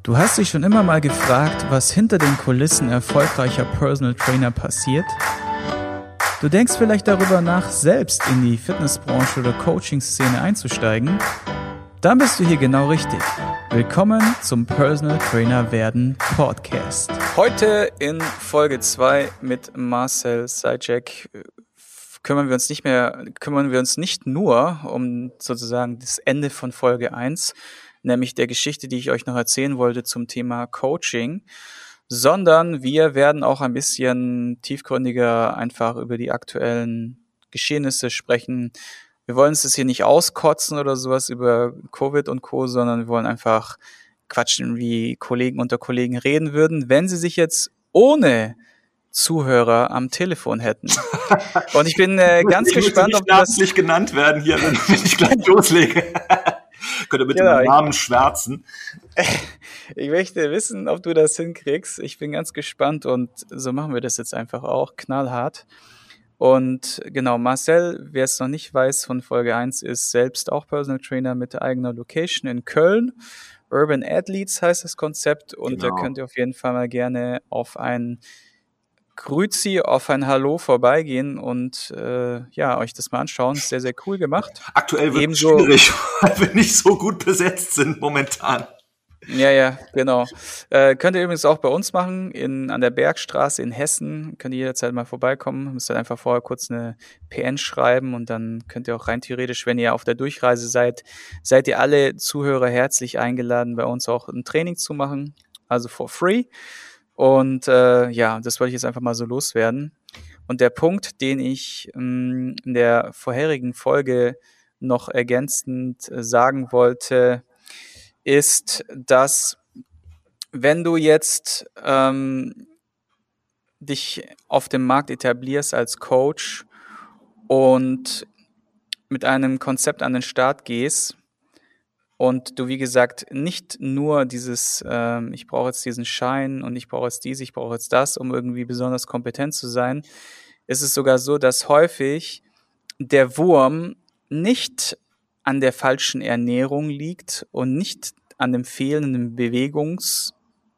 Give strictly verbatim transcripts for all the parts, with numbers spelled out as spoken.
Du hast dich schon immer mal gefragt, was hinter den Kulissen erfolgreicher Personal Trainer passiert? Du denkst vielleicht darüber nach, selbst in die Fitnessbranche oder Coaching-Szene einzusteigen? Dann bist du hier genau richtig. Willkommen zum Personal Trainer werden Podcast. Heute in Folge zwei mit Marcel Sajek kümmern wir uns nicht mehr, kümmern wir uns nicht nur um sozusagen das Ende von Folge eins, nämlich der Geschichte, die ich euch noch erzählen wollte zum Thema Coaching, sondern wir werden auch ein bisschen tiefgründiger einfach über die aktuellen Geschehnisse sprechen. Wir wollen uns das hier nicht auskotzen oder sowas über Covid und Co., sondern wir wollen einfach quatschen, wie Kollegen unter Kollegen reden würden, wenn sie sich jetzt ohne Zuhörer am Telefon hätten. Und ich bin äh, ganz ich gespannt, nicht ob das namentlich genannt werden hier, wenn ich gleich loslege. Könnt ihr bitte Ja, meinen ich- Namen schwärzen? Ich möchte wissen, ob du das hinkriegst. Ich bin ganz gespannt und so machen wir das jetzt einfach auch, knallhart. Und genau, Marcel, wer es noch nicht weiß von Folge eins, ist selbst auch Personal Trainer mit eigener Location in Köln. Urban Athletes heißt das Konzept und da Genau. könnt ihr auf jeden Fall mal gerne auf ein Grüezi, auf ein Hallo vorbeigehen und äh, ja, euch das mal anschauen. Ist sehr, sehr cool gemacht. Aktuell wird es Ebenso- schwierig, weil wir nicht so gut besetzt sind momentan. Ja, ja, genau. Äh, könnt ihr übrigens auch bei uns machen, in, an der Bergstraße in Hessen. Könnt ihr jederzeit mal vorbeikommen. Müsst halt einfach vorher kurz eine P N schreiben und dann könnt ihr auch rein theoretisch, wenn ihr auf der Durchreise seid, seid ihr alle Zuhörer herzlich eingeladen, bei uns auch ein Training zu machen. Also for free. Und äh, ja, das wollte ich jetzt einfach mal so loswerden. Und der Punkt, den ich ähm, in der vorherigen Folge noch ergänzend äh, sagen wollte, ist, dass wenn du jetzt ähm, dich auf dem Markt etablierst als Coach und mit einem Konzept an den Start gehst und du, wie gesagt, nicht nur dieses, ähm, ich brauche jetzt diesen Schein und ich brauche jetzt dies, ich brauche jetzt das, um irgendwie besonders kompetent zu sein, ist es sogar so, dass häufig der Wurm nicht an der falschen Ernährung liegt und nicht an dem fehlenden Bewegungs-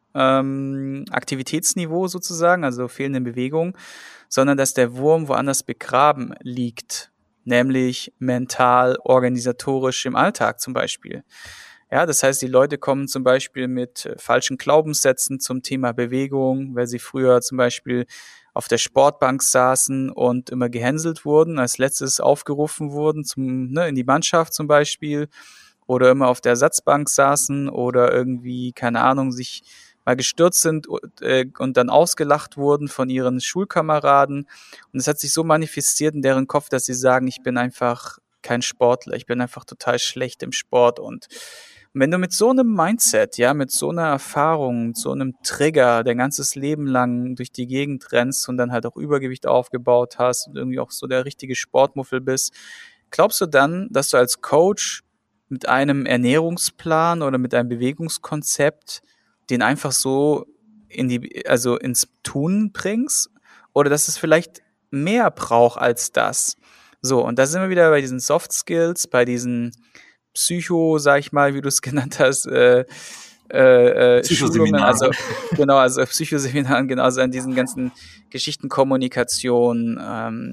ähm, Aktivitätsniveau sozusagen, also fehlende Bewegung, sondern dass der Wurm woanders begraben liegt, nämlich mental, organisatorisch im Alltag zum Beispiel. Ja, das heißt, die Leute kommen zum Beispiel mit äh, falschen Glaubenssätzen zum Thema Bewegung, weil sie früher zum Beispiel auf der Sportbank saßen und immer gehänselt wurden, als letztes aufgerufen wurden zum, ne, in die Mannschaft zum Beispiel, oder immer auf der Ersatzbank saßen oder irgendwie, keine Ahnung, sich mal gestürzt sind und, äh, und dann ausgelacht wurden von ihren Schulkameraden. Und es hat sich so manifestiert in deren Kopf, dass sie sagen, ich bin einfach kein Sportler, ich bin einfach total schlecht im Sport. Und wenn du mit so einem Mindset, ja, mit so einer Erfahrung, mit so einem Trigger dein ganzes Leben lang durch die Gegend rennst und dann halt auch Übergewicht aufgebaut hast und irgendwie auch so der richtige Sportmuffel bist, glaubst du dann, dass du als Coach mit einem Ernährungsplan oder mit einem Bewegungskonzept den einfach so in die, also ins Tun bringst? Oder dass es vielleicht mehr braucht als das? So, und da sind wir wieder bei diesen Soft Skills, bei diesen Psycho, sag ich mal, wie du es genannt hast, äh, äh, äh, Schulungen, Psychoseminaren. also genau, also Psychoseminaren, genau, also an diesen ganzen Geschichten, Kommunikation, ähm,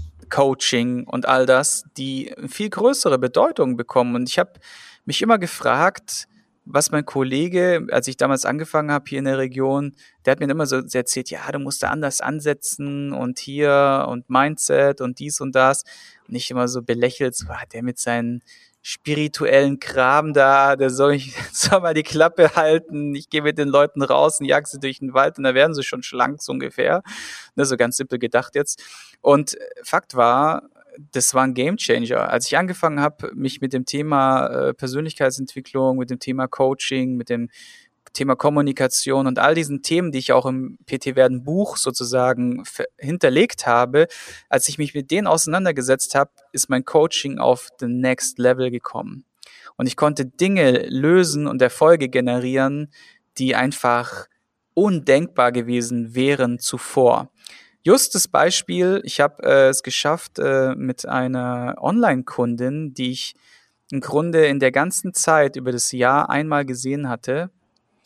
Coaching und all das, die viel größere Bedeutung bekommen. Und ich habe mich immer gefragt, was mein Kollege, als ich damals angefangen habe hier in der Region, der hat mir immer so erzählt, ja, du musst da anders ansetzen und hier und Mindset und dies und das. Und ich immer so belächelt, so, ah, der mit seinen spirituellen Kram da, der soll, ich, soll mal die Klappe halten, ich gehe mit den Leuten raus und jag sie durch den Wald und da werden sie schon schlank, so ungefähr. Ne, so ganz simpel gedacht jetzt. Und Fakt war, das war ein Gamechanger. Als ich angefangen habe, mich mit dem Thema äh, Persönlichkeitsentwicklung, mit dem Thema Coaching, mit dem Thema Kommunikation und all diesen Themen, die ich auch im P T Werden Buch sozusagen ver- hinterlegt habe, als ich mich mit denen auseinandergesetzt habe, ist mein Coaching auf the next level gekommen. Und ich konnte Dinge lösen und Erfolge generieren, die einfach undenkbar gewesen wären zuvor. Just das Beispiel, ich habe äh, es geschafft äh, mit einer Online-Kundin, die ich im Grunde in der ganzen Zeit über das Jahr einmal gesehen hatte,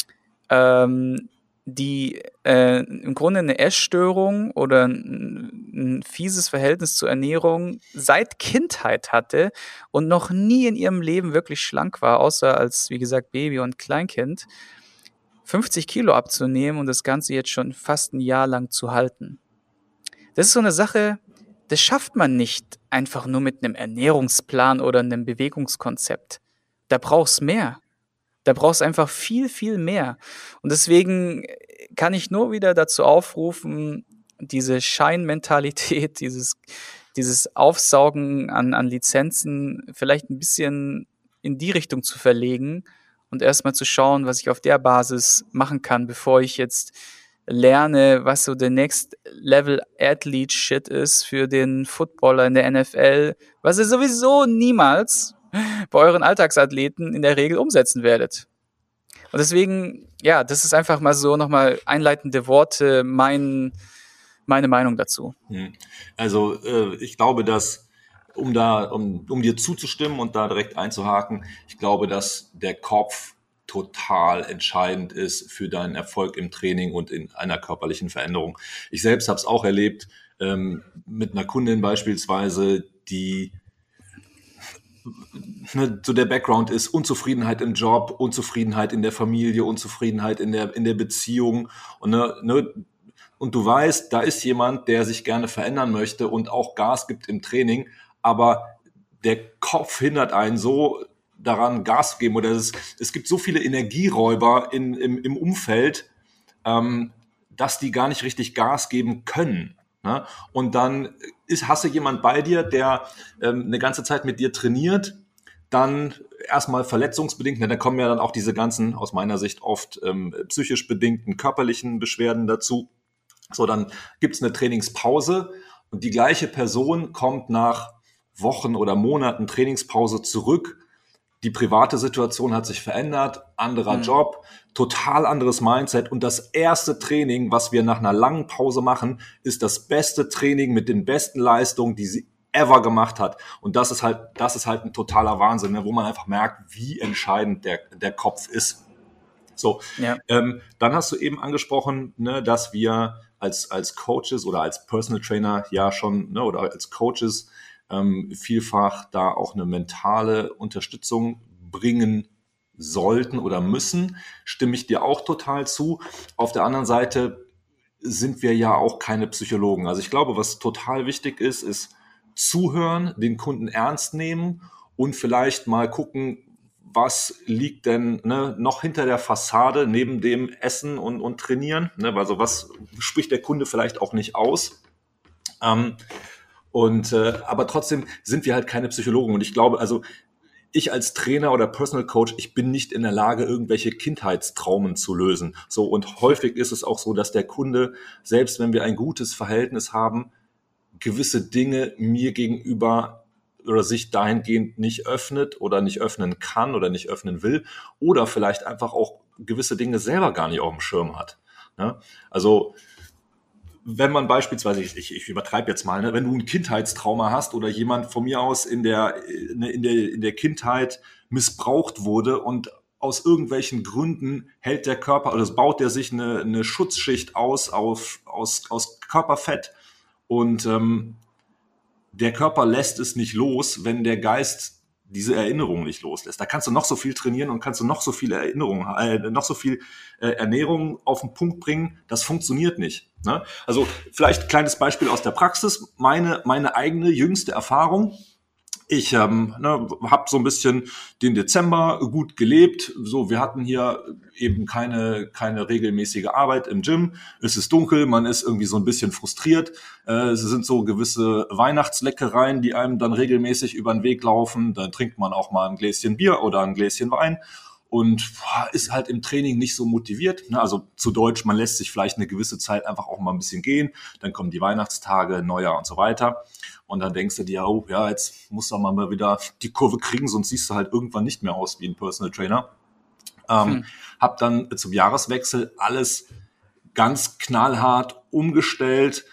ähm, die äh, im Grunde eine Essstörung oder ein, ein fieses Verhältnis zur Ernährung seit Kindheit hatte und noch nie in ihrem Leben wirklich schlank war, außer als, wie gesagt, Baby und Kleinkind, fünfzig Kilo abzunehmen und das Ganze jetzt schon fast ein Jahr lang zu halten. Das ist so eine Sache, das schafft man nicht einfach nur mit einem Ernährungsplan oder einem Bewegungskonzept. Da brauchst mehr. Da brauchst einfach viel, viel mehr. Und deswegen kann ich nur wieder dazu aufrufen, diese Scheinmentalität, dieses, dieses Aufsaugen an, an Lizenzen vielleicht ein bisschen in die Richtung zu verlegen und erstmal zu schauen, was ich auf der Basis machen kann, bevor ich jetzt lerne, was so der Next Level Athlete Shit ist für den Footballer in der N F L, was ihr sowieso niemals bei euren Alltagsathleten in der Regel umsetzen werdet. Und deswegen, ja, das ist einfach mal so nochmal einleitende Worte, mein, meine Meinung dazu. Also äh, ich glaube, dass, um da, um, um dir zuzustimmen und da direkt einzuhaken, ich glaube, dass der Kopf total entscheidend ist für deinen Erfolg im Training und in einer körperlichen Veränderung. Ich selbst habe es auch erlebt, ähm, mit einer Kundin beispielsweise, die ne, so der Background ist Unzufriedenheit im Job, Unzufriedenheit in der Familie, Unzufriedenheit in der in der Beziehung und ne, ne, und du weißt, da ist jemand, der sich gerne verändern möchte und auch Gas gibt im Training, aber der Kopf hindert einen so daran, Gas zu geben, oder es, es gibt so viele Energieräuber in, im, im Umfeld, ähm, dass die gar nicht richtig Gas geben können. Ne? Und dann ist, hast du jemand bei dir, der ähm, eine ganze Zeit mit dir trainiert, dann erstmal verletzungsbedingt, ne, da kommen ja dann auch diese ganzen, aus meiner Sicht oft ähm, psychisch bedingten körperlichen Beschwerden dazu. So, dann gibt's eine Trainingspause und die gleiche Person kommt nach Wochen oder Monaten Trainingspause zurück. Die private Situation hat sich verändert, anderer mhm. Job, total anderes Mindset. Und das erste Training, was wir nach einer langen Pause machen, ist das beste Training mit den besten Leistungen, die sie ever gemacht hat. Und das ist halt, das ist halt ein totaler Wahnsinn, ne, wo man einfach merkt, wie entscheidend der, der Kopf ist. So, ja. ähm, dann hast du eben angesprochen, ne, dass wir als, als Coaches oder als Personal Trainer ja schon, ne, oder als Coaches ähm, vielfach da auch eine mentale Unterstützung bringen sollten oder müssen. Stimme ich dir auch total zu. Auf der anderen Seite sind wir ja auch keine Psychologen. Also ich glaube, was total wichtig ist, ist zuhören, den Kunden ernst nehmen und vielleicht mal gucken, was liegt denn ne, noch hinter der Fassade neben dem Essen und, und Trainieren? Ne? Also was spricht der Kunde vielleicht auch nicht aus? Ähm, und äh, aber trotzdem sind wir halt keine Psychologen. Und ich glaube, also ich als Trainer oder Personal Coach, ich bin nicht in der Lage, irgendwelche Kindheitstraumen zu lösen. So, und häufig ist es auch so, dass der Kunde, selbst wenn wir ein gutes Verhältnis haben, gewisse Dinge mir gegenüber oder sich dahingehend nicht öffnet oder nicht öffnen kann oder nicht öffnen will oder vielleicht einfach auch gewisse Dinge selber gar nicht auf dem Schirm hat. Ne? Also wenn man beispielsweise, ich, ich übertreibe jetzt mal, ne, wenn du ein Kindheitstrauma hast oder jemand von mir aus in der, in der, in der Kindheit missbraucht wurde und aus irgendwelchen Gründen hält der Körper, also baut der sich eine, eine Schutzschicht aus, auf, aus, aus Körperfett und ähm, der Körper lässt es nicht los, wenn der Geist diese Erinnerung nicht loslässt. Da kannst du noch so viel trainieren und kannst du noch so viel Erinnerung, äh, noch so viel äh, Ernährung auf den Punkt bringen. Das funktioniert nicht. Ne? Also vielleicht ein kleines Beispiel aus der Praxis. Meine, meine eigene jüngste Erfahrung. Ich ähm, ne, habe so ein bisschen den Dezember gut gelebt. So, wir hatten hier eben keine keine regelmäßige Arbeit im Gym. Es ist dunkel, man ist irgendwie so ein bisschen frustriert. Äh, es sind so gewisse Weihnachtsleckereien, die einem dann regelmäßig über den Weg laufen. Dann trinkt man auch mal ein Gläschen Bier oder ein Gläschen Wein und ist halt im Training nicht so motiviert. Also zu Deutsch, man lässt sich vielleicht eine gewisse Zeit einfach auch mal ein bisschen gehen. Dann kommen die Weihnachtstage, Neujahr und so weiter. Und dann denkst du dir, oh ja, jetzt musst du mal wieder die Kurve kriegen, sonst siehst du halt irgendwann nicht mehr aus wie ein Personal Trainer. Ähm, hm. Hab dann zum Jahreswechsel alles ganz knallhart umgestellt,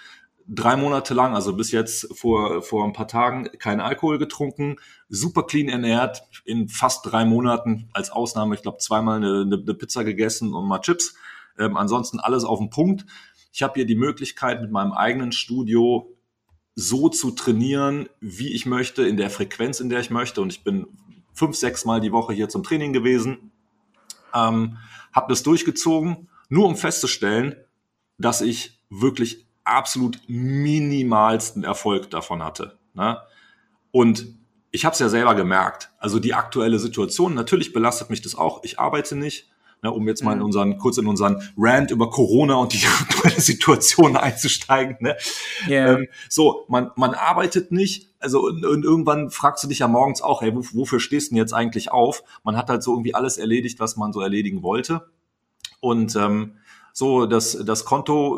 drei Monate lang, also bis jetzt vor, vor ein paar Tagen, keinen Alkohol getrunken, super clean ernährt, in fast drei Monaten als Ausnahme, ich glaube, zweimal eine, eine Pizza gegessen und mal Chips. Ähm, ansonsten alles auf den Punkt. Ich habe hier die Möglichkeit, mit meinem eigenen Studio so zu trainieren, wie ich möchte, in der Frequenz, in der ich möchte. Und ich bin fünf, sechs Mal die Woche hier zum Training gewesen, ähm, habe das durchgezogen, nur um festzustellen, dass ich wirklich absolut minimalsten Erfolg davon hatte. Ne? Und ich habe es ja selber gemerkt. Also die aktuelle Situation, natürlich belastet mich das auch. Ich arbeite nicht. Ne, um jetzt mal in unseren, kurz in unseren Rant über Corona und die aktuelle Situation einzusteigen. Ne? Yeah. Ähm, so, man, man arbeitet nicht, also und, und irgendwann fragst du dich ja morgens auch, hey, wofür stehst du denn jetzt eigentlich auf? Man hat halt so irgendwie alles erledigt, was man so erledigen wollte. Und ähm, so, das, das Konto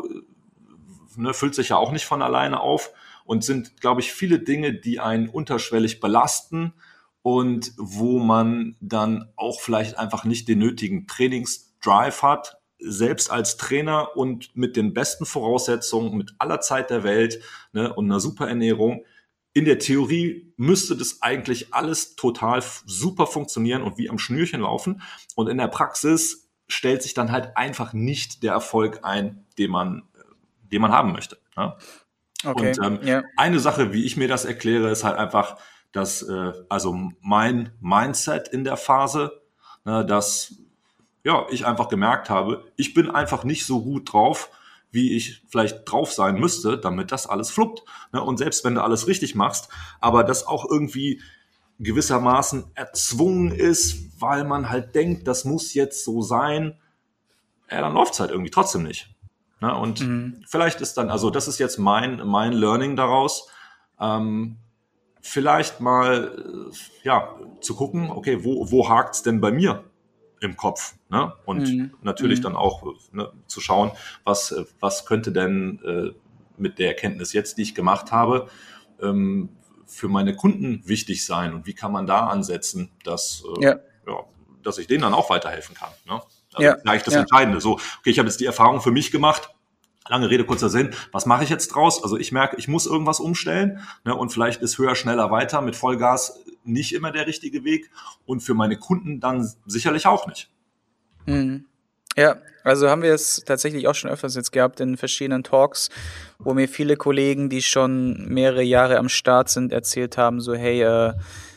ne, füllt sich ja auch nicht von alleine auf und sind, glaube ich, viele Dinge, die einen unterschwellig belasten, und wo man dann auch vielleicht einfach nicht den nötigen Trainingsdrive hat, selbst als Trainer und mit den besten Voraussetzungen, mit aller Zeit der Welt, ne, und einer super Ernährung. In der Theorie müsste das eigentlich alles total super funktionieren und wie am Schnürchen laufen. Und in der Praxis stellt sich dann halt einfach nicht der Erfolg ein, den man, den man haben möchte. Ne? Okay. Und ähm, yeah. eine Sache, wie ich mir das erkläre, ist halt einfach, dass äh, also mein Mindset in der Phase, ne, dass ja ich einfach gemerkt habe, ich bin einfach nicht so gut drauf, wie ich vielleicht drauf sein müsste, damit das alles fluppt. Ne? Und selbst wenn du alles richtig machst, aber das auch irgendwie gewissermaßen erzwungen ist, weil man halt denkt, das muss jetzt so sein, ja, dann läuft es halt irgendwie trotzdem nicht. Ne? Und mhm. vielleicht ist dann, also das ist jetzt mein, mein Learning daraus, ähm, vielleicht mal ja zu gucken, okay, wo, wo hakt's denn bei mir im Kopf? Ne? Und mhm. natürlich mhm. dann auch ne, zu schauen, was, was könnte denn äh, mit der Erkenntnis jetzt, die ich gemacht habe, ähm, für meine Kunden wichtig sein und wie kann man da ansetzen, dass, äh, ja. Ja, dass ich denen dann auch weiterhelfen kann. Ne? Also ja. Vielleicht das ja. Entscheidende. So, okay, ich habe jetzt die Erfahrung für mich gemacht. Lange Rede, kurzer Sinn. Was mache ich jetzt draus? Also ich merke, ich muss irgendwas umstellen, ne, und vielleicht ist höher, schneller, weiter mit Vollgas nicht immer der richtige Weg und für meine Kunden dann sicherlich auch nicht. Mhm. Ja, also haben wir es tatsächlich auch schon öfters jetzt gehabt in verschiedenen Talks, wo mir viele Kollegen, die schon mehrere Jahre am Start sind, erzählt haben, so hey, äh,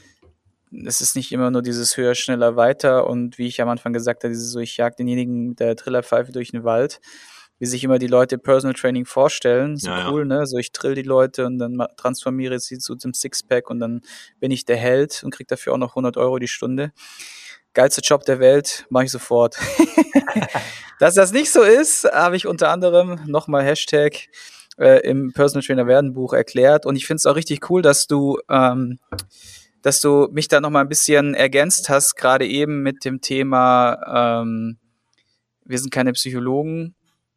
es ist nicht immer nur dieses höher, schneller, weiter und wie ich am Anfang gesagt habe, dieses so, ich jag denjenigen mit der Trillerpfeife durch den Wald, wie sich immer die Leute Personal Training vorstellen, so ja, cool, ja. ne, so ich drill die Leute und dann transformiere sie zu dem Sixpack und dann bin ich der Held und krieg dafür auch noch hundert Euro die Stunde. Geilster Job der Welt, mache ich sofort. Dass das nicht so ist, habe ich unter anderem nochmal Hashtag äh, im Personal Trainer werden Buch erklärt und ich finde es auch richtig cool, dass du ähm, dass du mich da nochmal ein bisschen ergänzt hast, gerade eben mit dem Thema ähm, wir sind keine Psychologen.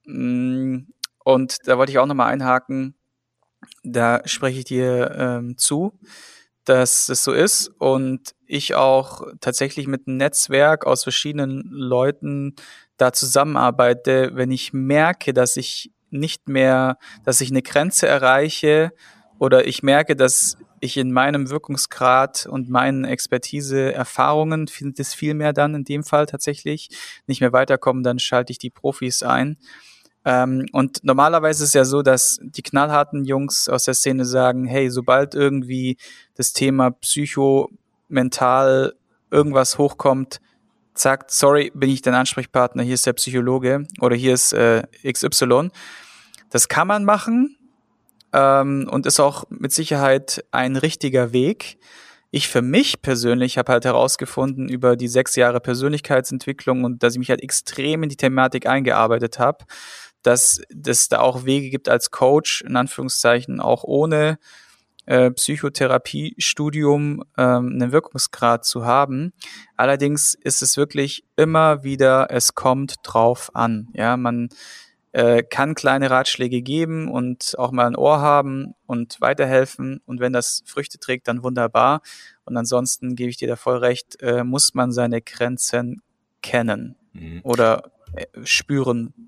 Und da wollte ich auch nochmal einhaken, da spreche ich dir ähm, zu, dass es so ist und ich auch tatsächlich mit einem Netzwerk aus verschiedenen Leuten da zusammenarbeite, wenn ich merke, dass ich nicht mehr, dass ich eine Grenze erreiche oder ich merke, dass ich in meinem Wirkungsgrad und meinen Expertise, Erfahrungen, findet es viel mehr dann in dem Fall tatsächlich, nicht mehr weiterkommen, dann schalte ich die Profis ein. Ähm, und normalerweise ist es ja so, dass die knallharten Jungs aus der Szene sagen, hey, sobald irgendwie das Thema Psycho, mental irgendwas hochkommt, sagt, sorry, bin ich dein Ansprechpartner, hier ist der Psychologe oder hier ist äh, X Y. Das kann man machen ähm, und ist auch mit Sicherheit ein richtiger Weg. Ich für mich persönlich habe halt herausgefunden über die sechs Jahre Persönlichkeitsentwicklung und dass ich mich halt extrem in die Thematik eingearbeitet habe, dass es da auch Wege gibt als Coach, in Anführungszeichen, auch ohne äh, Psychotherapiestudium ähm, einen Wirkungsgrad zu haben. Allerdings ist es wirklich immer wieder, es kommt drauf an. Ja, man äh, kann kleine Ratschläge geben und auch mal ein Ohr haben und weiterhelfen. Und wenn das Früchte trägt, dann wunderbar. Und ansonsten gebe ich dir da voll recht, äh, muss man seine Grenzen kennen mhm. oder äh, spüren.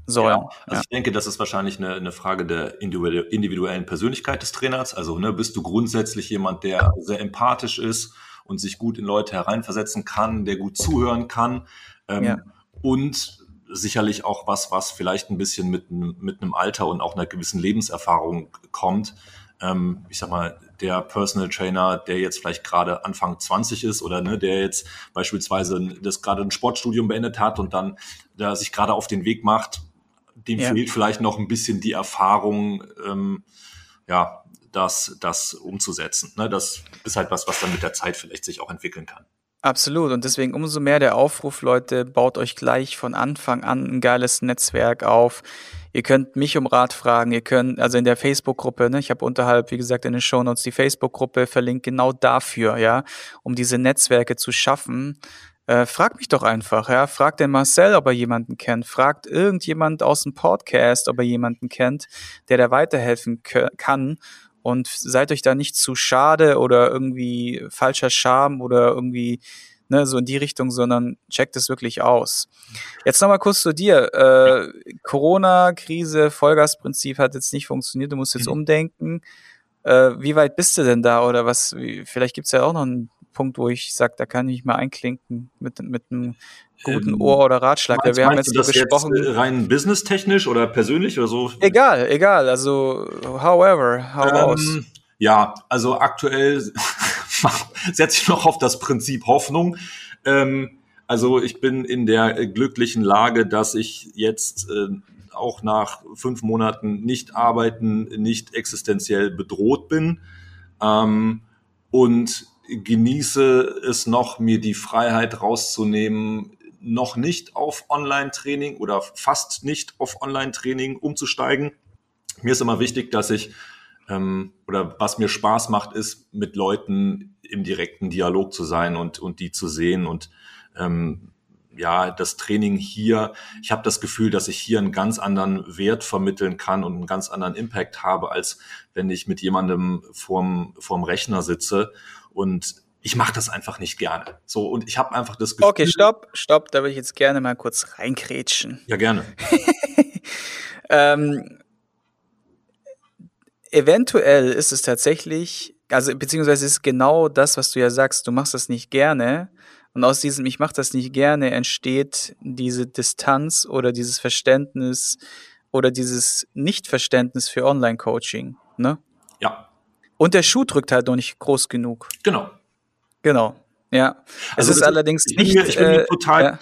sollen. Ja, also Ja. ich denke, das ist wahrscheinlich eine, eine Frage der individu- individuellen Persönlichkeit des Trainers. Also ne, bist du grundsätzlich jemand, der sehr empathisch ist und sich gut in Leute hereinversetzen kann, der gut zuhören kann, Ja. ähm, und sicherlich auch was, was vielleicht ein bisschen mit, einem- mit einem Alter und auch einer gewissen Lebenserfahrung kommt. Ähm, ich sag mal, der Personal Trainer, der jetzt vielleicht gerade Anfang zwanzig ist oder ne, der jetzt beispielsweise das gerade ein Sportstudium beendet hat und dann da sich gerade auf den Weg macht, dem Ja. fehlt vielleicht noch ein bisschen die Erfahrung, ähm, ja, das, das umzusetzen. Ne? Das ist halt was, was dann mit der Zeit vielleicht sich auch entwickeln kann. Absolut. Und deswegen umso mehr der Aufruf, Leute, baut euch gleich von Anfang an ein geiles Netzwerk auf. Ihr könnt mich um Rat fragen, ihr könnt, also in der Facebook-Gruppe, ne, ich habe unterhalb, wie gesagt, in den Shownotes die Facebook-Gruppe verlinkt, genau dafür, ja, um diese Netzwerke zu schaffen. Äh, fragt mich doch einfach, ja, fragt den Marcel, ob er jemanden kennt, fragt irgendjemand aus dem Podcast, ob er jemanden kennt, der da weiterhelfen k- kann. Und seid euch da nicht zu schade oder irgendwie falscher Charme oder irgendwie ne, so in die Richtung, sondern checkt es wirklich aus. Jetzt nochmal kurz zu dir. Äh, Corona-Krise, Vollgasprinzip hat jetzt nicht funktioniert, du musst jetzt Mhm. umdenken. Äh, wie weit bist du denn da oder was? Wie, vielleicht gibt's ja auch noch einen Punkt, wo ich sage, da kann ich mal einklinken mit, mit einem guten Ähm, Ohr oder Ratschlag. Weil meinst, wir haben meinst jetzt du so das jetzt gesprochen. äh, rein businesstechnisch oder persönlich oder so? Egal, egal. Also, however, hau raus. Ähm, ja, also aktuell setze ich noch auf das Prinzip Hoffnung. Ähm, also ich bin in der äh, glücklichen Lage, dass ich jetzt äh, auch nach fünf Monaten nicht arbeiten, nicht existenziell bedroht bin, ähm, und genieße es noch, mir die Freiheit rauszunehmen, noch nicht auf Online-Training oder fast nicht auf Online-Training umzusteigen. Mir ist immer wichtig, dass ich ähm, oder was mir Spaß macht, ist mit Leuten im direkten Dialog zu sein und und die zu sehen und ähm, ja, das Training hier, ich habe das Gefühl, dass ich hier einen ganz anderen Wert vermitteln kann und einen ganz anderen Impact habe, als wenn ich mit jemandem vorm, vorm Rechner sitze. Und ich mache das einfach nicht gerne. So, und ich habe einfach das Gefühl. Okay, stopp, stopp, da will ich jetzt gerne mal kurz reinkrätschen. Ja, gerne. ähm, eventuell ist es tatsächlich, also beziehungsweise ist genau das, was du ja sagst, du machst das nicht gerne. Und aus diesem Ich mache das nicht gerne entsteht diese Distanz oder dieses Verständnis oder dieses Nichtverständnis für Online-Coaching. Ne? Ja, Und der Schuh drückt halt noch nicht groß genug. genau. Genau, ja. Es Also ist das allerdings ich bin nicht... mir, ich bin mir äh, total. ja.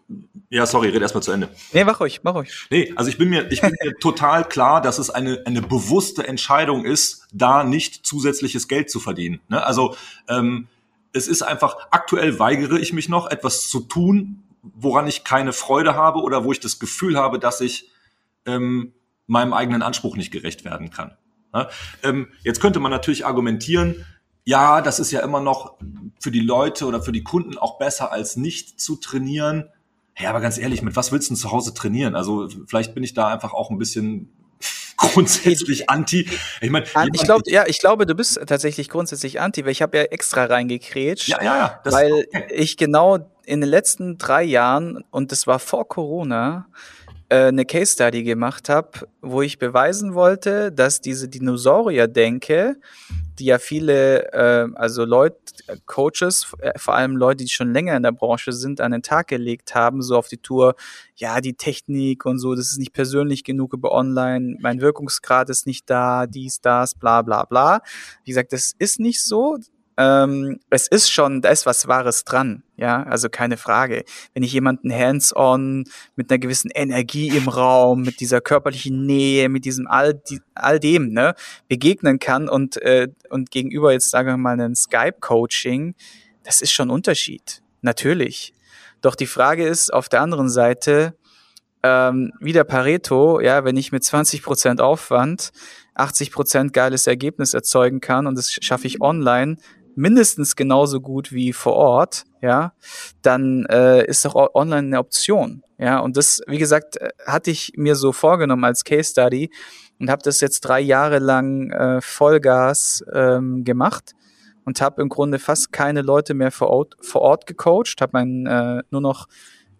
Ja, sorry, red erst mal zu Ende. Nee, mach ruhig, mach ruhig. Nee, also ich bin mir, ich bin mir total klar, dass es eine, eine bewusste Entscheidung ist, da nicht zusätzliches Geld zu verdienen. Ne? Also ähm, es ist einfach, aktuell weigere ich mich noch, etwas zu tun, woran ich keine Freude habe oder wo ich das Gefühl habe, dass ich ähm, meinem eigenen Anspruch nicht gerecht werden kann. Ne? Ähm, jetzt könnte man natürlich argumentieren, ja, das ist ja immer noch für die Leute oder für die Kunden auch besser, als nicht zu trainieren. Ja, aber ganz ehrlich, mit was willst du denn zu Hause trainieren? Also vielleicht bin ich da einfach auch ein bisschen grundsätzlich anti. Ich meine, ich glaube, ja, ich glaube, du bist tatsächlich grundsätzlich anti, weil ich habe ja extra reingekrätscht, ja, ja, ja, das weil okay. ich genau in den letzten drei Jahren, und das war vor Corona, äh, eine Case Study gemacht habe, wo ich beweisen wollte, dass diese Dinosaurier-Denke, die ja viele, äh, also Leute, Coaches, äh, vor allem Leute, die schon länger in der Branche sind, an den Tag gelegt haben, so auf die Tour, ja, die Technik und so, das ist nicht persönlich genug über online, mein Wirkungsgrad ist nicht da, dies, das, bla bla bla. Wie gesagt, das ist nicht so. Ähm, es ist schon, da ist was Wahres dran, ja, also keine Frage. Wenn ich jemanden hands-on, mit einer gewissen Energie im Raum, mit dieser körperlichen Nähe, mit diesem all, die, all dem, ne, begegnen kann und, äh, und gegenüber jetzt, sagen wir mal, einem Skype-Coaching, das ist schon ein Unterschied, natürlich. Doch die Frage ist auf der anderen Seite, ähm, wieder Pareto, ja, wenn ich mit zwanzig Prozent Aufwand achtzig Prozent geiles Ergebnis erzeugen kann und das schaffe ich online mindestens genauso gut wie vor Ort, ja, dann äh, ist doch online eine Option, ja, und das, wie gesagt, hatte ich mir so vorgenommen als Case Study und habe das jetzt drei Jahre lang äh, Vollgas ähm, gemacht und habe im Grunde fast keine Leute mehr vor Ort, vor Ort gecoacht, habe mein äh, nur noch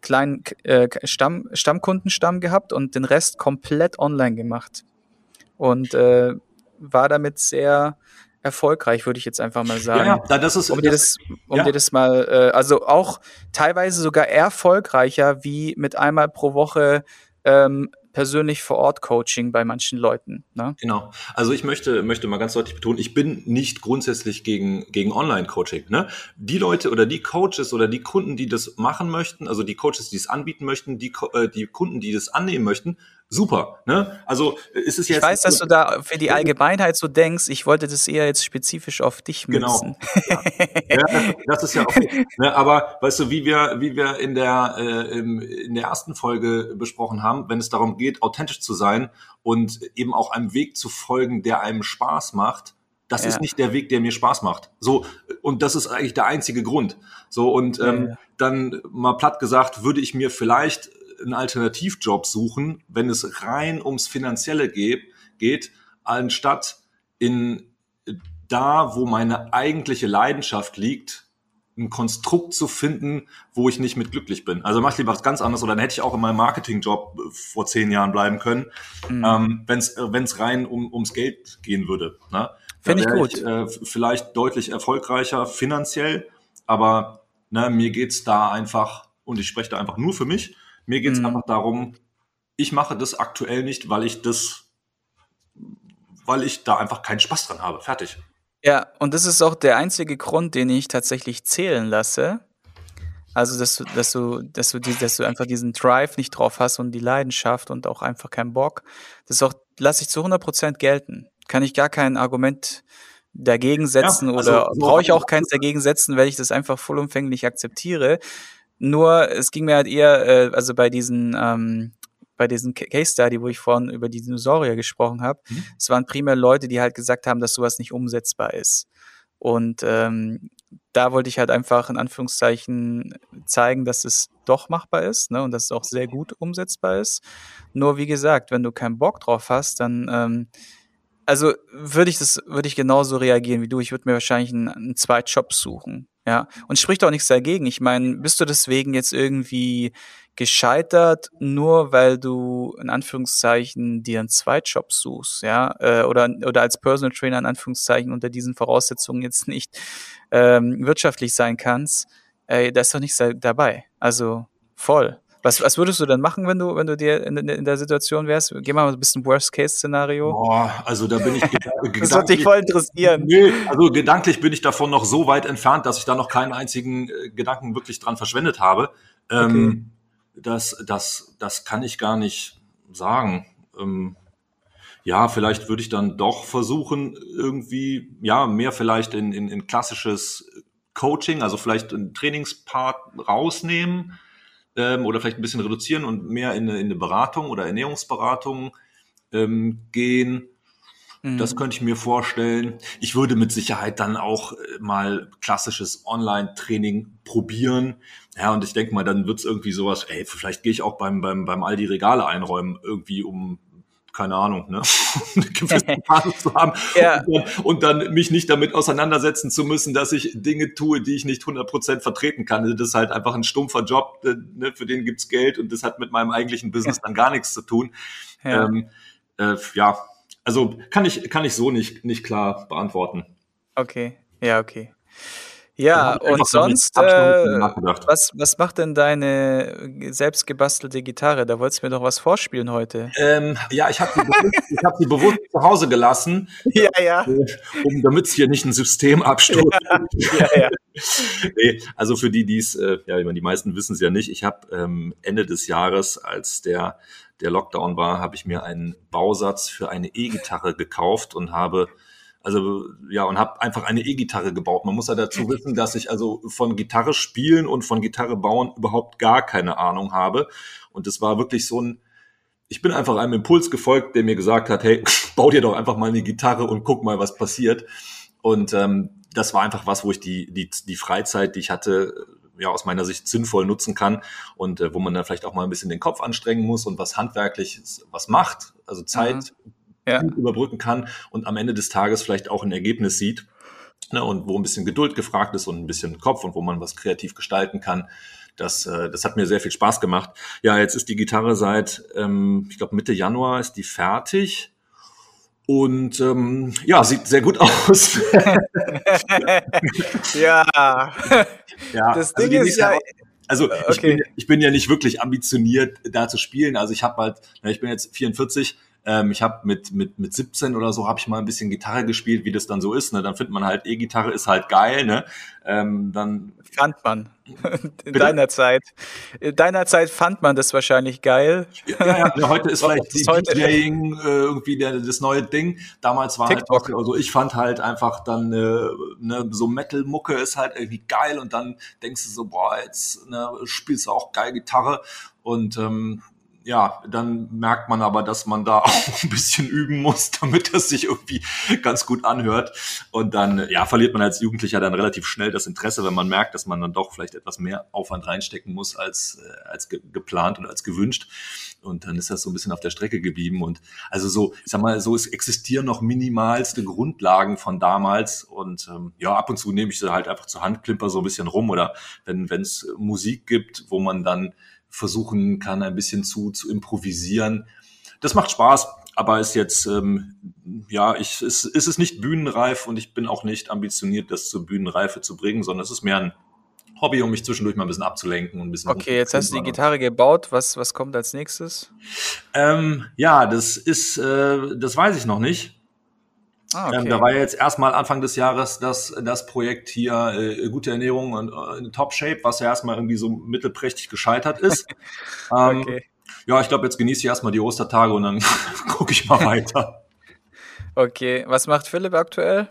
kleinen äh, Stamm, Stammkundenstamm gehabt und den Rest komplett online gemacht. Und äh, war damit sehr erfolgreich, würde ich jetzt einfach mal sagen. Ja, ja, das ist, um dir das, das, um ja. dir das mal, äh, also auch teilweise sogar erfolgreicher wie mit einmal pro Woche ähm, persönlich vor Ort Coaching bei manchen Leuten. Ne? Genau. Also ich möchte, möchte mal ganz deutlich betonen, ich bin nicht grundsätzlich gegen, gegen Online-Coaching. Ne? Die Leute oder die Coaches oder die Kunden, die das machen möchten, also die Coaches, die es anbieten möchten, die, äh, die Kunden, die das annehmen möchten, super. Ne? Also ist es jetzt. Ich weiß, dass du da für die Allgemeinheit so denkst. Ich wollte das eher jetzt spezifisch auf dich münzen. Genau. Ja, ja das, das ist ja okay. Ne, aber weißt du, wie wir, wie wir in der äh, in der ersten Folge besprochen haben, wenn es darum geht, authentisch zu sein und eben auch einem Weg zu folgen, der einem Spaß macht, das Ja. ist nicht der Weg, der mir Spaß macht. So, und das ist eigentlich der einzige Grund. So, und ähm, Ja. dann mal platt gesagt, würde ich mir vielleicht einen Alternativjob suchen, wenn es rein ums Finanzielle geht, geht, anstatt in da, wo meine eigentliche Leidenschaft liegt, ein Konstrukt zu finden, wo ich nicht mit glücklich bin. Also mach ich lieber was ganz anderes, oder dann hätte ich auch in meinem Marketingjob vor zehn Jahren bleiben können, mhm. ähm, wenn es wenn es rein um, ums Geld gehen würde. Ne? Finde ich gut. Ich, äh, vielleicht deutlich erfolgreicher finanziell, aber ne, mir geht's da einfach, und ich spreche da einfach nur für mich, mir geht's mhm. einfach darum, ich mache das aktuell nicht, weil ich das, weil ich da einfach keinen Spaß dran habe. Fertig. Ja, und das ist auch der einzige Grund, den ich tatsächlich zählen lasse. Also, dass du, dass du, dass du, die, dass du einfach diesen Drive nicht drauf hast und die Leidenschaft und auch einfach keinen Bock. Das auch lasse ich zu hundert Prozent gelten. Kann ich gar kein Argument dagegen setzen, ja, also, oder so brauche ich auch keins dagegen setzen, weil ich das einfach vollumfänglich akzeptiere. Nur, es ging mir halt eher, äh, also bei diesen, ähm, bei diesem Case Study, wo ich vorhin über die Dinosaurier gesprochen habe, mhm. es waren primär Leute, die halt gesagt haben, dass sowas nicht umsetzbar ist. Und ähm, da wollte ich halt einfach in Anführungszeichen zeigen, dass es doch machbar ist, ne, und dass es auch sehr gut umsetzbar ist. Nur wie gesagt, wenn du keinen Bock drauf hast, dann ähm, also würde ich das würde ich genauso reagieren wie du. Ich würde mir wahrscheinlich einen, einen Zweitjob suchen. Ja, und spricht auch nichts dagegen. Ich meine, bist du deswegen jetzt irgendwie gescheitert, nur weil du in Anführungszeichen dir einen Zweitjob suchst, ja, äh, oder oder als Personal Trainer in Anführungszeichen unter diesen Voraussetzungen jetzt nicht ähm, wirtschaftlich sein kannst, äh, da ist doch nichts dabei. Also voll. Was, was würdest du denn machen, wenn du, wenn du dir in, in, in der Situation wärst? Geh mal ein bisschen Worst-Case-Szenario. Boah, also da bin ich gedanklich. Das würde dich voll interessieren. Nee, also gedanklich bin ich davon noch so weit entfernt, dass ich da noch keinen einzigen äh, Gedanken wirklich dran verschwendet habe. Ähm, okay. das, das, das kann ich gar nicht sagen. Ähm, ja, vielleicht würde ich dann doch versuchen, irgendwie, ja, mehr vielleicht in, in, in klassisches Coaching, also vielleicht einen Trainingspart rausnehmen. Ähm, oder vielleicht ein bisschen reduzieren und mehr in eine, in eine Beratung oder Ernährungsberatung ähm, gehen. Mhm. Das könnte ich mir vorstellen. Ich würde mit Sicherheit dann auch äh, mal klassisches Online-Training probieren. Ja, und ich denke mal, dann wird es irgendwie sowas, ey, vielleicht gehe ich auch beim, beim, beim Aldi Regale einräumen, irgendwie um, keine Ahnung, ne, eine gewisse Basis zu haben, ja. und, dann, und dann mich nicht damit auseinandersetzen zu müssen, dass ich Dinge tue, die ich nicht hundert Prozent vertreten kann. Das ist halt einfach ein stumpfer Job, ne, für den gibt's Geld, und das hat mit meinem eigentlichen Business dann gar nichts zu tun. Ja, ähm, äh, ja. Also kann ich kann ich so nicht nicht klar beantworten. Okay, ja, okay. Ja, und sonst, äh, was, was macht denn deine selbst gebastelte Gitarre? Da wolltest du mir doch was vorspielen heute. Ähm, ja, ich habe sie, ich hab sie bewusst zu Hause gelassen, ja, ja. um, damit es hier nicht ein System abstürzt. Ja, ja, ja. Nee, also für die, die es, äh, ja, ich meine, die meisten wissen es ja nicht, ich habe ähm, Ende des Jahres, als der, der Lockdown war, habe ich mir einen Bausatz für eine E-Gitarre gekauft und habe Also ja, und habe einfach eine E-Gitarre gebaut. Man muss ja dazu wissen, dass ich also von Gitarre spielen und von Gitarre bauen überhaupt gar keine Ahnung habe. Und das war wirklich so ein, ich bin einfach einem Impuls gefolgt, der mir gesagt hat, hey, bau dir doch einfach mal eine Gitarre und guck mal, was passiert. Und ähm, das war einfach was, wo ich die die die Freizeit, die ich hatte, ja aus meiner Sicht sinnvoll nutzen kann und äh, wo man dann vielleicht auch mal ein bisschen den Kopf anstrengen muss und was handwerklich was macht, also Zeit mhm. Ja. überbrücken kann und am Ende des Tages vielleicht auch ein Ergebnis sieht, ne, und wo ein bisschen Geduld gefragt ist und ein bisschen Kopf und wo man was kreativ gestalten kann. das, äh, das hat mir sehr viel Spaß gemacht. Ja, jetzt ist die Gitarre seit, ähm, ich glaube Mitte Januar ist die fertig. Und ähm, ja, sieht sehr gut aus. Ja, Ja, das also Ding die ist ja, Gitarre, also ich bin, okay. ich bin ja nicht wirklich ambitioniert, da zu spielen. Also ich habe halt, na, ich bin jetzt vierundvierzig, ähm, ich habe mit mit mit siebzehn oder so habe ich mal ein bisschen Gitarre gespielt, wie das dann so ist. Ne? Dann findet man halt, E-Gitarre ist halt geil. Ne? Ähm, dann Fand man in bitte. deiner Zeit. In deiner Zeit fand man das wahrscheinlich geil. Ja, ja, ja, heute ist Ob vielleicht das die heute DJing äh, irgendwie der, das neue Ding. Damals war halt noch, TikTok. also ich fand halt einfach dann äh, ne, so Metal-Mucke ist halt irgendwie geil und dann denkst du so, boah, jetzt ne, spielst du auch geil Gitarre und ähm, ja, dann merkt man aber, dass man da auch ein bisschen üben muss, damit das sich irgendwie ganz gut anhört. Und dann, ja, verliert man als Jugendlicher dann relativ schnell das Interesse, wenn man merkt, dass man dann doch vielleicht etwas mehr Aufwand reinstecken muss als, äh, als ge- geplant und als gewünscht. Und dann ist das so ein bisschen auf der Strecke geblieben. Und also so, ich sag mal, so es existieren noch minimalste Grundlagen von damals. Und ähm, ja, ab und zu nehme ich sie halt einfach zur Hand, klimper so ein bisschen rum. Oder wenn wenn es Musik gibt, wo man dann versuchen kann, ein bisschen zu, zu improvisieren. Das macht Spaß, aber ist jetzt, ähm, ja, ich, ist, ist es nicht bühnenreif und ich bin auch nicht ambitioniert, das zur Bühnenreife zu bringen, sondern es ist mehr ein Hobby, um mich zwischendurch mal ein bisschen abzulenken und ein bisschen Okay, jetzt hast du die rumzuklimpern. Gitarre gebaut. Was, was kommt als nächstes? Ähm, ja, das ist, äh, das weiß ich noch nicht. Ah, Ähm, da okay. war ja jetzt erstmal Anfang des Jahres das, das Projekt hier äh, gute Ernährung und äh, Top Shape, was ja erstmal irgendwie so mittelprächtig gescheitert ist. Ähm, Okay. ja, ich glaube, jetzt genieße ich erstmal die Ostertage und dann gucke ich mal weiter. Okay. Was macht Philipp aktuell?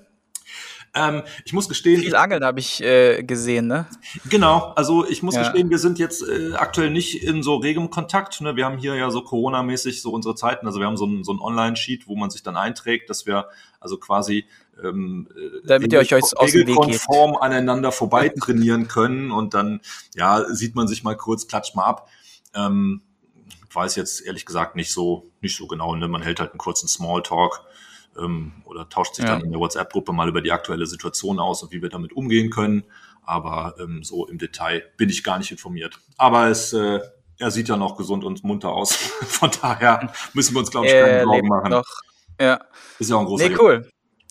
Ähm, ich muss gestehen, Viel ich, Angeln habe ich äh, gesehen, ne? genau, also ich muss Ja. gestehen, wir sind jetzt äh, aktuell nicht in so regem Kontakt. Ne? Wir haben hier ja so Corona-mäßig so unsere Zeiten. Also wir haben so ein, so ein Online-Sheet, wo man sich dann einträgt, dass wir also quasi ähm, Damit ihr euch aus, aus dem Weg geht. regelkonform aneinander vorbei trainieren können und dann ja sieht man sich mal kurz, klatscht mal ab. Ähm, weiß jetzt ehrlich gesagt nicht so nicht so genau. Ne? Man hält halt einen kurzen Smalltalk ähm, oder tauscht sich Ja. dann in der WhatsApp-Gruppe mal über die aktuelle Situation aus und wie wir damit umgehen können. Aber ähm, so im Detail bin ich gar nicht informiert. Aber es, äh, er sieht ja noch gesund und munter aus. Von daher müssen wir uns, glaube ich, keine Er Sorgen lebt machen. noch. Ja. Ist ja auch ein großer Nee, cool.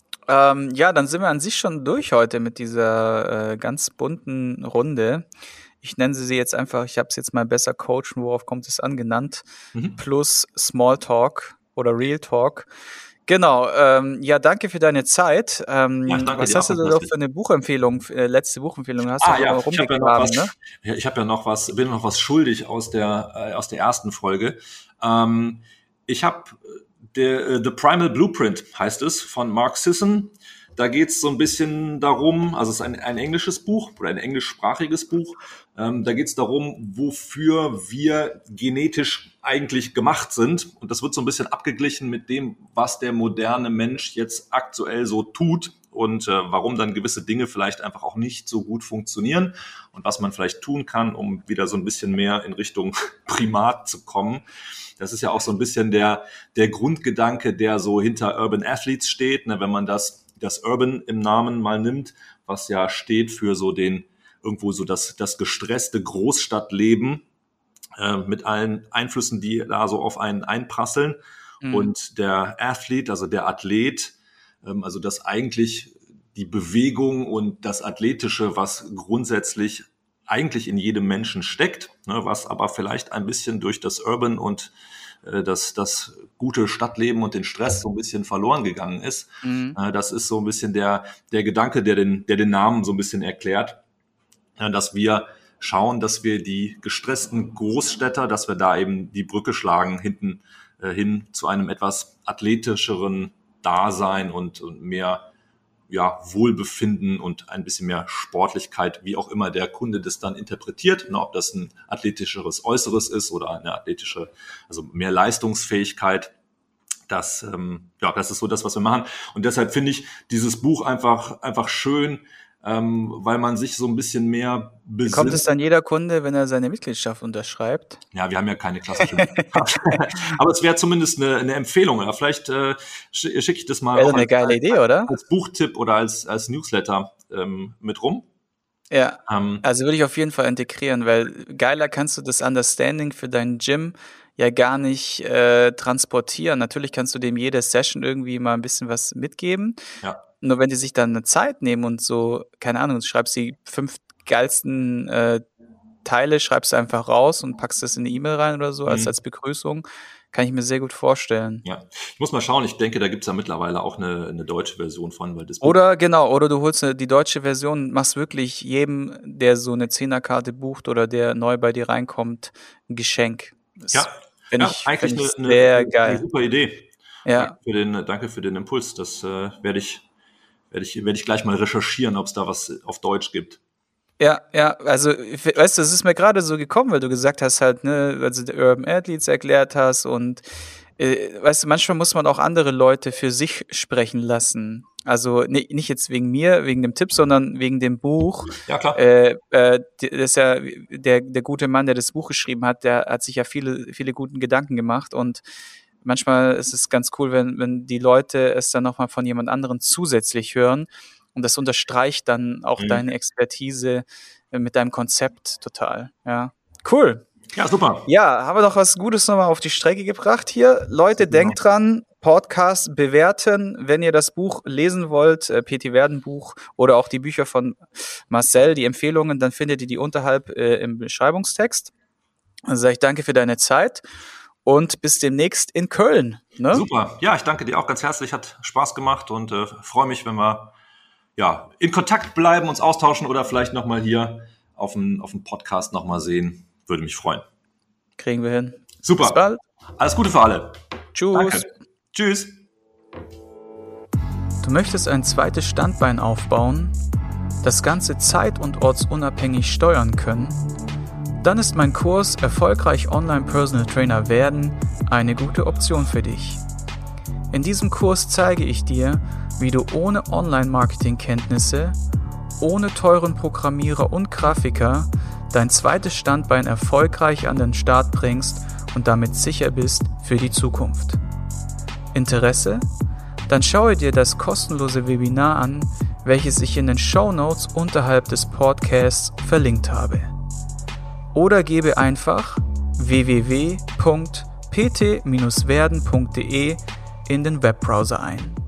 Ähm, ja, dann sind wir an sich schon durch heute mit dieser äh, ganz bunten Runde. Ich nenne sie jetzt einfach, ich habe es jetzt mal besser coachen, worauf kommt es an, genannt, Mhm. plus Smalltalk oder Real Talk. Genau, ähm, ja, danke für deine Zeit. Ähm, Ja, ich danke was dir hast auch du ganz da doch herzlich. für eine Buchempfehlung, äh, letzte Buchempfehlung? Hast du Ah noch ja, ich habe ja noch rumgegraben, was, ne? ja, ich habe ja noch was, bin noch was schuldig aus der äh, aus der ersten Folge. Ähm, ich habe der äh, The Primal Blueprint heißt es von Mark Sisson. Da geht es so ein bisschen darum, also es ist ein, ein englisches Buch oder ein englischsprachiges Buch. Ähm, da geht es darum, wofür wir genetisch eigentlich gemacht sind. Und das wird so ein bisschen abgeglichen mit dem, was der moderne Mensch jetzt aktuell so tut und äh, warum dann gewisse Dinge vielleicht einfach auch nicht so gut funktionieren und was man vielleicht tun kann, um wieder so ein bisschen mehr in Richtung Primat zu kommen. Das ist ja auch so ein bisschen der, der Grundgedanke, der so hinter Urban Athletes steht, ne, wenn man das, das Urban im Namen mal nimmt, was ja steht für so den, irgendwo so das, das gestresste Großstadtleben äh, mit allen Einflüssen, die da so auf einen einprasseln. Mhm. Und der Athlete, also der Athlet, ähm, also das eigentlich die Bewegung und das Athletische, was grundsätzlich eigentlich in jedem Menschen steckt, ne, was aber vielleicht ein bisschen durch das Urban und äh, das, das gute Stadtleben und den Stress so ein bisschen verloren gegangen ist. Mhm. Äh, das ist so ein bisschen der, der Gedanke, der den, der den Namen so ein bisschen erklärt, äh, dass wir schauen, dass wir die gestressten Großstädter, dass wir da eben die Brücke schlagen hinten äh, hin zu einem etwas athletischeren Dasein und, und mehr ja, Wohlbefinden und ein bisschen mehr Sportlichkeit, wie auch immer der Kunde das dann interpretiert, ne, ob das ein athletischeres Äußeres ist oder eine athletische, also mehr Leistungsfähigkeit. Das, ähm, ja, das ist so das, was wir machen. Und deshalb finde ich dieses Buch einfach, einfach schön, ähm, weil man sich so ein bisschen mehr besinnt. Kommt es dann jeder Kunde, wenn er seine Mitgliedschaft unterschreibt? Ja, wir haben ja keine klassische Mitgliedschaft. Aber es wäre zumindest eine, eine Empfehlung. Ja, vielleicht äh, sch- schicke ich das mal Wäre auch eine als, geile Idee, oder? als Buchtipp oder als, als Newsletter ähm, mit rum. Ja, Ähm, also würde ich auf jeden Fall integrieren, weil geiler kannst du das Understanding für deinen Gym ja gar nicht äh, transportieren. Natürlich kannst du dem jede Session irgendwie mal ein bisschen was mitgeben. ja. Nur wenn die sich dann eine Zeit nehmen und so, keine Ahnung, du schreibst die fünf geilsten äh, Teile, schreibst du einfach raus und packst das in eine E-Mail rein oder so als, Mhm. als Begrüßung, kann ich mir sehr gut vorstellen. Ja, ich muss mal schauen. Ich denke, da gibt's ja mittlerweile auch eine, eine deutsche Version von, weil das Buch. Oder genau, oder du holst eine, die deutsche Version und machst wirklich jedem, der so eine Zehnerkarte bucht oder der neu bei dir reinkommt, ein Geschenk. Das Ja, finde ja, ich, eigentlich find ich eine, sehr eine, eine geil. super Idee. Ja. Danke für den, danke für den Impuls. Das äh, werde ich, werde ich, werde ich gleich mal recherchieren, ob es da was auf Deutsch gibt. Ja, ja, also, f- weißt du, es ist mir gerade so gekommen, weil du gesagt hast halt, ne, also die Urban Athletes erklärt hast und, äh, weißt du, manchmal muss man auch andere Leute für sich sprechen lassen. Also ni- nicht jetzt wegen mir, wegen dem Tipp, sondern wegen dem Buch. Ja, klar. Äh, äh, die- das ist ja der, der gute Mann, der das Buch geschrieben hat, der hat sich ja viele, viele guten Gedanken gemacht und manchmal ist es ganz cool, wenn, wenn die Leute es dann nochmal von jemand anderem zusätzlich hören. Und das unterstreicht dann auch Mhm. deine Expertise äh, mit deinem Konzept total. Ja. Cool. Ja, super. Ja, haben wir doch was Gutes nochmal auf die Strecke gebracht hier. Leute, Genau. denkt dran, Podcast bewerten, wenn ihr das Buch lesen wollt, äh, P T Werden Buch oder auch die Bücher von Marcel, die Empfehlungen, dann findet ihr die unterhalb äh, im Beschreibungstext. Also sage ich danke für deine Zeit und bis demnächst in Köln. Ne? Super. Ja, ich danke dir auch ganz herzlich. Hat Spaß gemacht und äh, freue mich, wenn wir ja, in Kontakt bleiben, uns austauschen oder vielleicht nochmal hier auf dem, auf dem Podcast nochmal sehen. Würde mich freuen. Kriegen wir hin. Super. Bis bald. Alles Gute für alle. Tschüss. Danke. Tschüss. Du möchtest ein zweites Standbein aufbauen, das Ganze zeit- und ortsunabhängig steuern können? Dann ist mein Kurs Erfolgreich Online Personal Trainer werden eine gute Option für dich. In diesem Kurs zeige ich dir, wie du ohne Online-Marketing-Kenntnisse, ohne teuren Programmierer und Grafiker dein zweites Standbein erfolgreich an den Start bringst und damit sicher bist für die Zukunft. Interesse? Dann schaue dir das kostenlose Webinar an, welches ich in den Shownotes unterhalb des Podcasts verlinkt habe. Oder gebe einfach w w w punkt p t werden punkt d e in den Webbrowser ein.